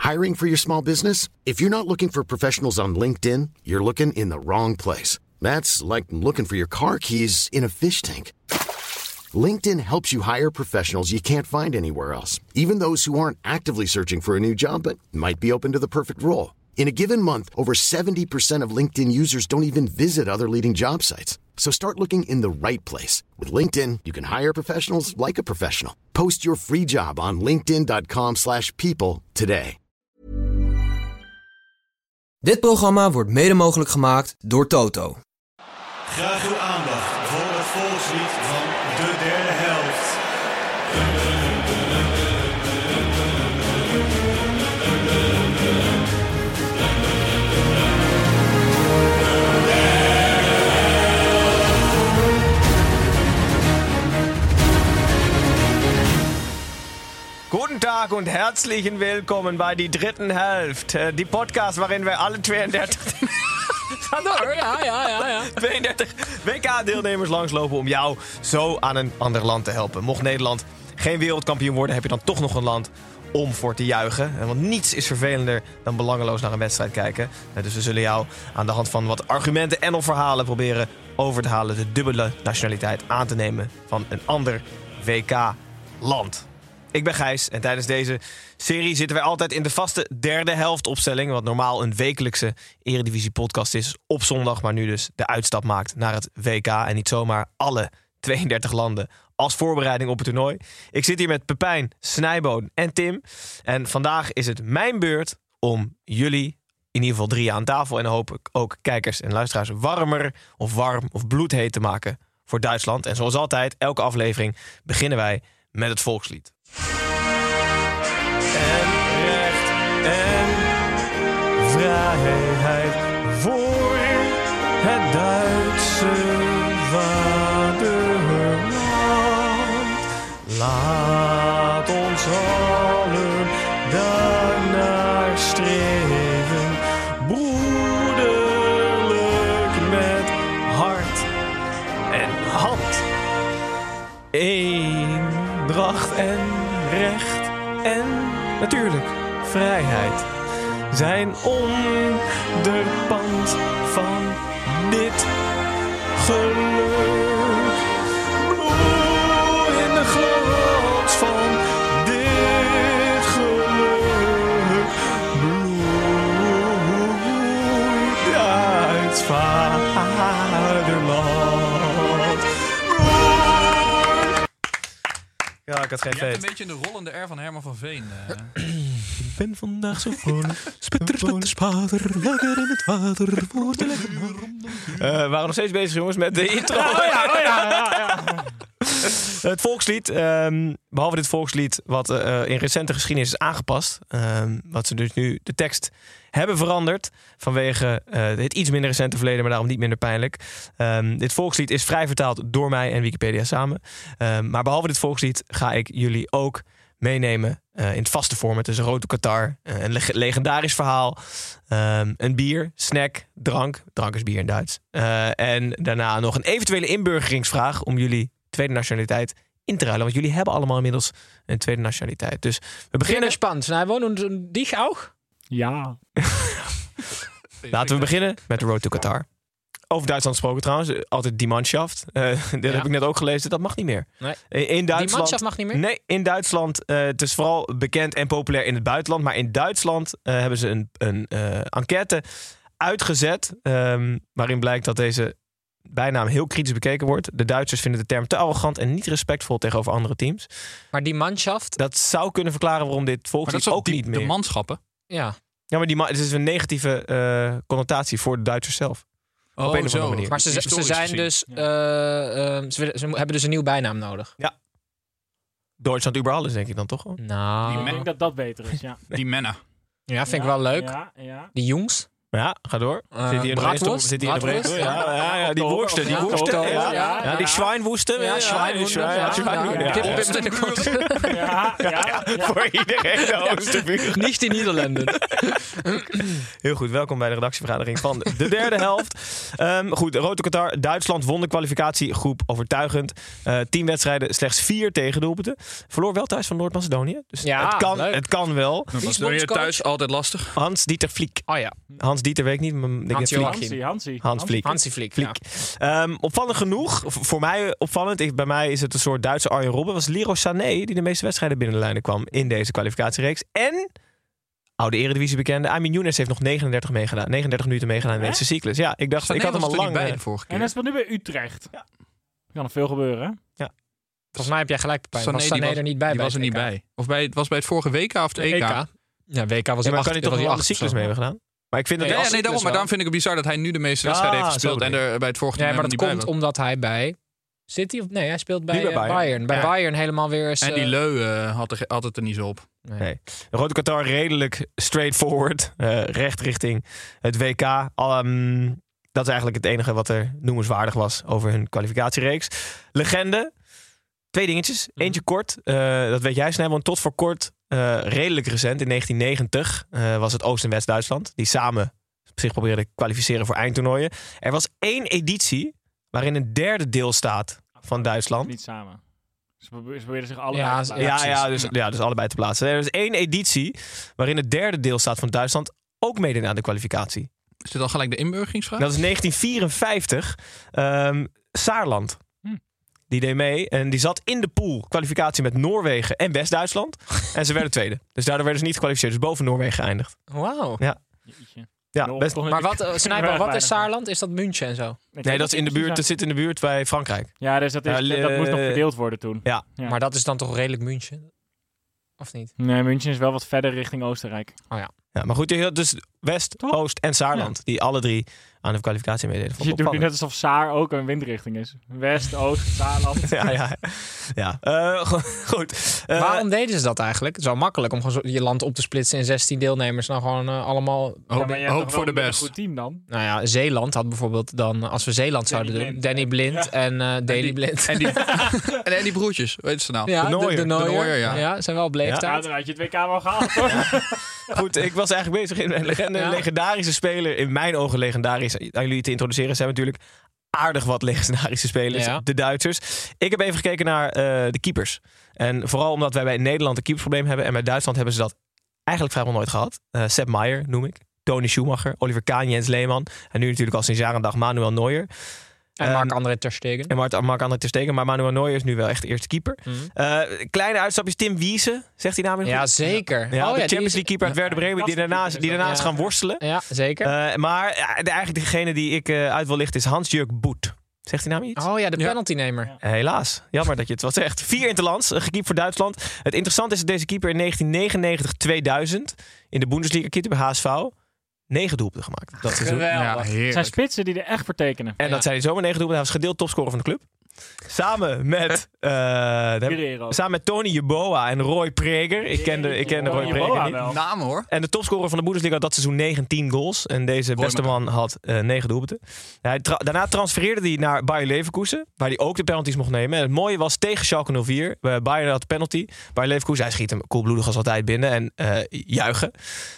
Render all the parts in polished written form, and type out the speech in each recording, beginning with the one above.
Hiring for your small business? If you're not looking for professionals on LinkedIn, you're looking in the wrong place. That's like looking for your car keys in a fish tank. LinkedIn helps you hire professionals you can't find anywhere else, even those who aren't actively searching for a new job but might be open to the perfect role. In a given month, over 70% of LinkedIn users don't even visit other leading job sites. So start looking in the right place. With LinkedIn, you can hire professionals like a professional. Post your free job on linkedin.com/people today. Dit programma wordt mede mogelijk gemaakt door Toto. Graag uw aandacht voor het volkslied van de derde helft. Guten Tag und herzlichen Willkommen bei die dritten Hälfte. Die Podcast waarin wij alle 32... Ga door, ja. 32 WK-deelnemers langslopen om jou zo aan een ander land te helpen. Mocht Nederland geen wereldkampioen worden, heb je dan toch nog een land om voor te juichen. Want niets is vervelender dan belangeloos naar een wedstrijd kijken. Dus we zullen jou aan de hand van wat argumenten en of verhalen proberen over te halen de dubbele nationaliteit aan te nemen van een ander WK-land. Ik ben Gijs en tijdens deze serie zitten wij altijd in de vaste derde helft opstelling. Wat normaal een wekelijkse Eredivisie podcast is op zondag. Maar nu dus de uitstap maakt naar het WK. En niet zomaar alle 32 landen als voorbereiding op het toernooi. Ik zit hier met Pepijn, Snijboon en Tim. En vandaag is het mijn beurt om jullie, in ieder geval 3 aan tafel... en dan hoop ik ook kijkers en luisteraars warm of bloedheet te maken voor Duitsland. En zoals altijd, elke aflevering beginnen wij met het volkslied. En recht en vrijheid voor het Duitse vaderland. Laat ons allen daarnaar streven, broederlijk met hart en hand. Eendracht en recht en natuurlijk vrijheid zijn onderpand van dit geluk. Bloei in de glans van dit geluk. Bloei Duits vaderland. Ja, ik had geen Je hebt feest. een beetje de rollende R van Herman van Veen. Ik ben vandaag zo vrolijk. Spitter, spater, lekker in het water. We waren nog steeds bezig, jongens, met de intro. Het volkslied, behalve dit volkslied wat in recente geschiedenis is aangepast. Wat ze dus nu de tekst hebben veranderd vanwege het iets minder recente verleden, maar daarom niet minder pijnlijk. Dit volkslied is vrij vertaald door mij en Wikipedia samen. Maar behalve dit volkslied ga ik jullie ook meenemen in het vaste format. Dus een Road to Qatar, een legendarisch verhaal, een bier, snack, drank is bier in Duits. En daarna nog een eventuele inburgeringsvraag om jullie tweede nationaliteit in te ruilen. Want jullie hebben allemaal inmiddels een tweede nationaliteit. Dus we beginnen... Spannend. Snijboon en dich ook? Ja. Laten we beginnen met de Road to Qatar. Over Duitsland gesproken trouwens. Altijd die Mannschaft. Dat heb ik net ook gelezen. Dat mag niet meer. Nee. In Duitsland, die Mannschaft mag niet meer? Nee, in Duitsland. Het is vooral bekend en populair in het buitenland. Maar in Duitsland hebben ze een enquête uitgezet. Waarin blijkt dat deze bijnaam heel kritisch bekeken wordt. De Duitsers vinden de term te arrogant en niet respectvol tegenover andere teams. Maar die Mannschaft... Dat zou kunnen verklaren waarom dit volkslied ook niet meer... De manschappen? Ja. Ja, maar het is een negatieve connotatie voor de Duitsers zelf. Op een of andere manier. Maar ze zijn dus... ze hebben dus een nieuw bijnaam nodig. Ja. Duitsland über alles, denk ik dan toch wel? Nou... Ik denk dat dat beter is, ja. Die mannen. Ja, vind ik wel leuk. Ja. Die jongens. Ja, ga door. Zit hier Bratwurst? in de breedte? Ja, die worsten. Ja, die schwijnwoesten. Ja, Schwijnwoesten. Voor iedereen de Oosterburen. Niet in Nederlanden. Heel goed, welkom bij de redactievergadering van de derde helft. Goed, Rood Qatar. Duitsland won de kwalificatiegroep overtuigend. 10 wedstrijden, slechts 4 tegendoelpunten. Verloor wel thuis van Noord-Macedonië. Dus het kan wel. Macedonië thuis altijd lastig. Hans-Dieter Fliek. Oh ja. Hans-Dieter weet ik niet. Hans Fliek. Opvallend genoeg, voor mij opvallend, bij mij is het een soort Duitse Arjen Robben, was Leroy Sané die de meeste wedstrijden binnen de lijnen kwam in deze kwalificatiereeks. En oude Eredivisie bekende Amin Younes heeft nog 39 minuten meegedaan in deze cyclus. Ja, ik dacht, ik had hem al lang bij de vorige keer. En hij speelt nu bij Utrecht. Ja. Er kan nog veel gebeuren, hè? Ja. Volgens mij heb jij gelijk, Pepijn. Was Sané er niet bij? Die was er niet bij. Of het was bij het vorige WK of het EK? Ja, WK was maar kan hij toch wel de cyclus mee hebben gedaan? Maar ik vind het daarom vind ik het bizar dat hij nu de meeste wedstrijden heeft gespeeld en er bij het vorige maar dat komt omdat hij bij City of nee, hij speelt bij Bayern. Bij Bayern helemaal weer eens. En die Leu had het er niet zo op. Nee. Rode Qatar redelijk straightforward, recht richting het WK. Dat is eigenlijk het enige wat er noemenswaardig was over hun kwalificatiereeks. Legende. 2 dingetjes. Eentje kort. Dat weet jij, Snijboom. Tot voor kort, redelijk recent, in 1990, was het Oost- en West-Duitsland. Die samen zich probeerden te kwalificeren voor eindtoernooien. Er was 1 editie waarin een derde deelstaat van Duitsland... Niet samen. Ze probeerden zich allebei te plaatsen. Dus allebei te plaatsen. Er was 1 editie waarin de derde deelstaat van Duitsland ook meedeed aan de kwalificatie. Is dit al gelijk de inburgeringsvraag? Dat is 1954. Saarland. Die deed mee en die zat in de pool kwalificatie met Noorwegen en West-Duitsland. En ze werden tweede. Dus daardoor werden ze niet gekwalificeerd. Dus boven Noorwegen geëindigd. Wauw. Ja. Best. Maar wat is Saarland? Is dat München en zo? Nee, dat is in de buurt. Dat zit in de buurt bij Frankrijk. Ja, dus dat moest nog verdeeld worden toen. Ja. Maar dat is dan toch redelijk München? Of niet? Nee, München is wel wat verder richting Oostenrijk. Oh ja. Ja, maar goed, dus West, Oost en Saarland. Die alle 3 aan de kwalificatie meededen. Je doet nu net alsof Saar ook een windrichting is. West, Oost, Saarland. Ja. Goed. Waarom deden ze dat eigenlijk? Het is wel makkelijk om gewoon je land op te splitsen in 16 deelnemers. Nou gewoon allemaal... Hoop voor de best. Een goed team dan. Nou ja, Zeeland had bijvoorbeeld dan... Als we Zeeland zouden doen... Danny Blind en Daley Blind. En die broertjes, weet je nou? Ja, de Nooier. Ja. Ja, zijn wel op leeftijd. Ja, dan had je het WK wel gehaald, hoor. Goed, ik was eigenlijk bezig in een legendarische speler. In mijn ogen legendarisch. Aan jullie te introduceren zijn natuurlijk aardig wat legendarische spelers. Ja. De Duitsers. Ik heb even gekeken naar de keepers. En vooral omdat wij bij Nederland een keepersprobleem hebben. En bij Duitsland hebben ze dat eigenlijk vrijwel nooit gehad. Sepp Maier noem ik. Tony Schumacher. Oliver Kahn, Jens Lehmann. En nu natuurlijk al sinds jaren en dag Manuel Neuer. En Marc-André ter Stegen. Marc-André ter Stegen. Maar Manuel Neuer is nu wel echt de eerste keeper. Kleine uitstapjes. Tim Wiese. Zegt die naam in goed? Ja, zeker. Ja, de Champions League keeper uit Werder Bremen. Die daarna is gaan worstelen. Ja, zeker. Maar eigenlijk degene die ik uit wil lichten is Hans-Jörg Boet. Zegt hij nou iets? Oh ja, de penaltynemer. Ja. Helaas. Jammer dat je het wat zegt. 4 interlands, gekiept voor Duitsland. Het interessante is dat deze keeper in 1999-2000 in de Bundesliga keepte bij HSV 9 doelpunten gemaakt. Dat seizoen. Het zijn spitsen die er echt voor tekenen. En dat zijn niet zomaar 9 doelpunten. Hij was gedeeld topscorer van de club. Samen met Tony Yeboah en Roy Preger. Ik kende Roy Preger niet. Naam hoor. En de topscorer van de Bundesliga dat seizoen 19 goals. En deze beste man had 9 doelpunten. Daarna transfereerde hij naar Bayer Leverkusen. Waar hij ook de penalties mocht nemen. En het mooie was tegen Schalke 04. Bayern had de penalty. Bayer Leverkusen, hij schiet hem koelbloedig als altijd binnen. En juichen.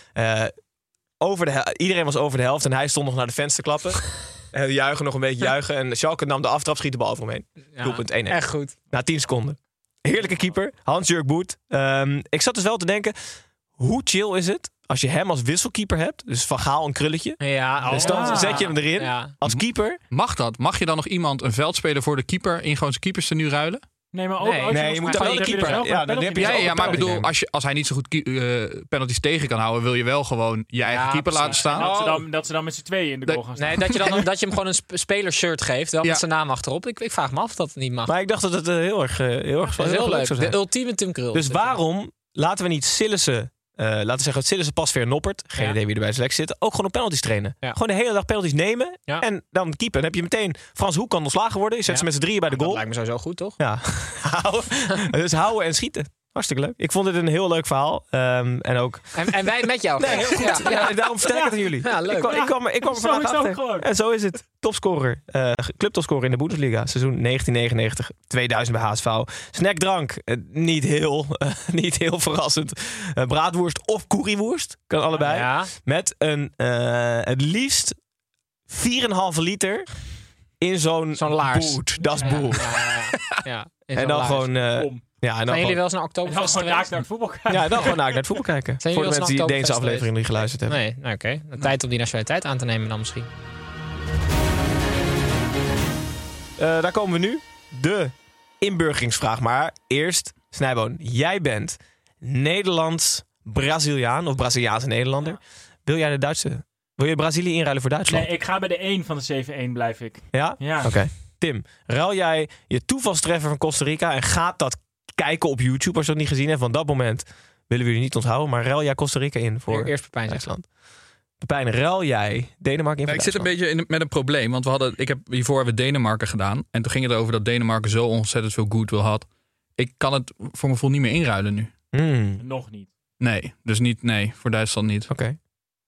Iedereen was over de helft. En hij stond nog naar de fans te klappen. Juichen, nog een beetje juichen. En Schalke nam de aftrap, schiet de bal over hem heen. Doelpunt 1-1. Echt goed. Na 10 seconden. Heerlijke keeper. Hans-Jörg Boet. Ik zat dus wel te denken, hoe chill is het als je hem als wisselkeeper hebt? Dus Van Gaal een krulletje. Ja, dus dan zet je hem erin. Ja. Als keeper. Mag dat? Mag je dan nog iemand een veldspeler voor de keeper in gewoon zijn keepers tenue ruilen? Nee, maar ook je moet wel de keeper. Maar ik bedoel, als hij niet zo goed penalties tegen kan houden, wil je wel gewoon je eigen keeper laten staan. Dat ze dan met z'n tweeën in de goal gaan staan. Nee, dat je hem gewoon een spelershirt geeft, wel met zijn naam achterop. Ik vraag me af of dat niet mag. Maar ik dacht dat het heel erg leuk zou zijn. De ultieme Tim Krul. Dus waarom laten we niet Sillissen, laten we zeggen, Sillissen, Pasveer, Noppert, geen idee wie er bij de selectie zitten, ook gewoon op penalties trainen. Ja. Gewoon de hele dag penalties nemen en dan keepen. Dan heb je meteen, Frans Hoek kan ontslagen worden. Je zet ze met z'n drieën bij de goal. Dat lijkt me sowieso goed, toch? Ja. Dus houden en schieten. Hartstikke leuk. Ik vond het een heel leuk verhaal. En ook... En wij met jou. Nee, heel goed. Ja, daarom vertel ik het aan jullie. Ja, leuk. Ik kwam er vandaag achter. Gewoon. En zo is het. Topscorer. Clubtopscorer in de Bundesliga. Seizoen 1999-2000 bij HSV. Snackdrank. Niet heel verrassend. Braadworst of curryworst. Kan allebei. Ja. Met het liefst 4,5 liter in zo'n laars. boot. Dat is boot. Ja. En dan gewoon... Om. Zijn jullie wel eens naar Oktoberfest Gewoon naakt geweest? naar het voetbal kijken. Ja, dan gewoon naar het voetbal kijken. Zijn Voor de jullie mensen wel die eens Deense naar aflevering niet geluisterd hebben. Nee, nou oké. Tijd om die nationaliteit aan te nemen dan misschien. Daar komen we nu. De inburgeringsvraag. Maar eerst, Snijboon, jij bent Nederlands-Braziliaan of Braziliaanse Nederlander. Wil je Brazilië inruilen voor Duitsland? Nee, ik ga bij de 1 van de 7-1 blijf ik. Ja? Ja. Oké. Tim, ruil jij je toevalstreffer van Costa Rica en gaat dat kijken op YouTube als je dat niet gezien hebt? Van dat moment willen we jullie niet onthouden, maar ruil jij Costa Rica in voor Eerst Pepijn zeggen. Duitsland? Pepijn, ruil jij Denemarken in voor Ik zit een Duitsland? beetje met een probleem. Want hiervoor hebben we Denemarken gedaan. En toen ging het erover dat Denemarken zo ontzettend veel goodwill had. Ik kan het voor mijn gevoel niet meer inruilen nu. Nog niet. Nee, dus niet. Nee, voor Duitsland niet. Oké.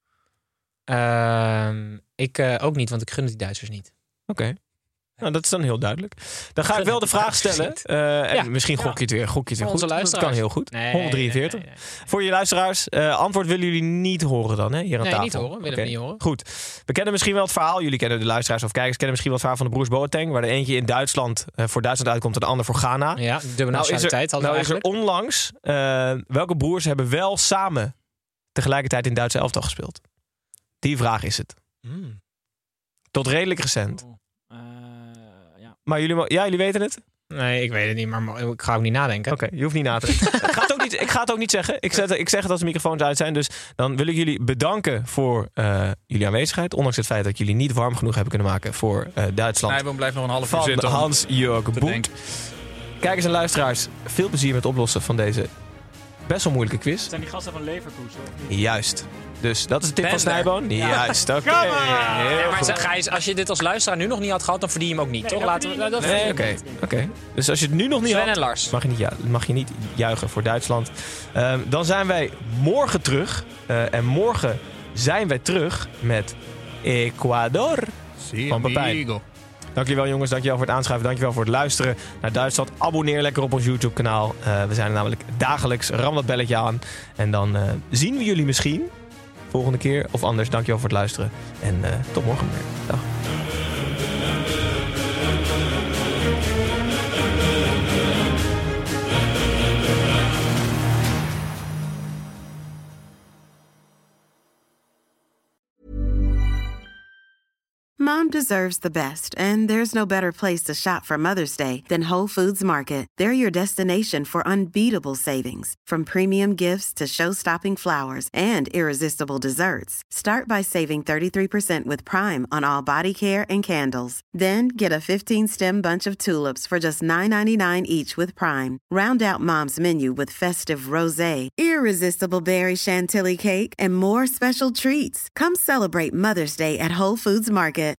Ik ook niet, want ik gun het die Duitsers niet. Oké. Nou, dat is dan heel duidelijk. Dan ga ik wel de vraag stellen. En misschien gok je het weer. Voor goed. onze Dat luisteraars. kan heel goed. Nee, 143. nee. Voor je luisteraars, antwoord willen jullie niet horen dan, hè? Hier aan Nee, tafel. niet horen. Willen we Oké. niet horen. Goed. We kennen misschien wel het verhaal. Jullie kennen de luisteraars of kijkers kennen misschien wel het verhaal van de broers Boateng, waar de eentje in Duitsland voor Duitsland uitkomt en de ander voor Ghana. Ja, dubbele nationaliteit hadden we Nou is er eigenlijk. onlangs welke broers hebben wel samen tegelijkertijd in het Duitse elftal gespeeld? Die vraag is het. Tot redelijk recent. Ja. Maar jullie weten het? Nee, ik weet het niet, maar ik ga ook niet nadenken. Oké, je hoeft niet na te denken. Ik ga het ook niet zeggen. Ik zeg het als de microfoons uit zijn. Dus dan wil ik jullie bedanken voor jullie aanwezigheid. Ondanks het feit dat jullie niet warm genoeg hebben kunnen maken voor Duitsland. Snijboom blijft nog een half uur Van zitten. Hans-Jörg Boet. denken. Kijkers en luisteraars, veel plezier met het oplossen van deze best wel moeilijke quiz. Zijn die gasten van Leverkusen of niet? Juist. Dus dat is de tip van Bender. Snijboon. Juist, oké. Come on! Heel Maar goed. Gijs, als je dit als luisteraar nu nog niet had gehad, dan verdien je hem ook niet, Nee, toch? dat Laten we verdien dat je niet. Nee, oké. Dus als je het nu nog niet Sven had, en Lars. mag je niet juichen voor Duitsland. Dan zijn wij morgen terug. En morgen zijn wij terug met Ecuador. Van Pepijn. Amigo. Dankjewel jongens, dankjewel voor het aanschuiven. Dankjewel voor het luisteren naar Duitsland. Abonneer lekker op ons YouTube kanaal. We zijn er namelijk dagelijks. Ram dat belletje aan. En dan zien we jullie misschien volgende keer. Of anders, dankjewel voor het luisteren. En tot morgen weer. Dag. Mom deserves the best, and there's no better place to shop for Mother's Day than Whole Foods Market. They're your destination for unbeatable savings, from premium gifts to show-stopping flowers and irresistible desserts. Start by saving 33% with Prime on all body care and candles. Then get a 15-stem bunch of tulips for just $9.99 each with Prime. Round out Mom's menu with festive rosé, irresistible berry chantilly cake, and more special treats. Come celebrate Mother's Day at Whole Foods Market.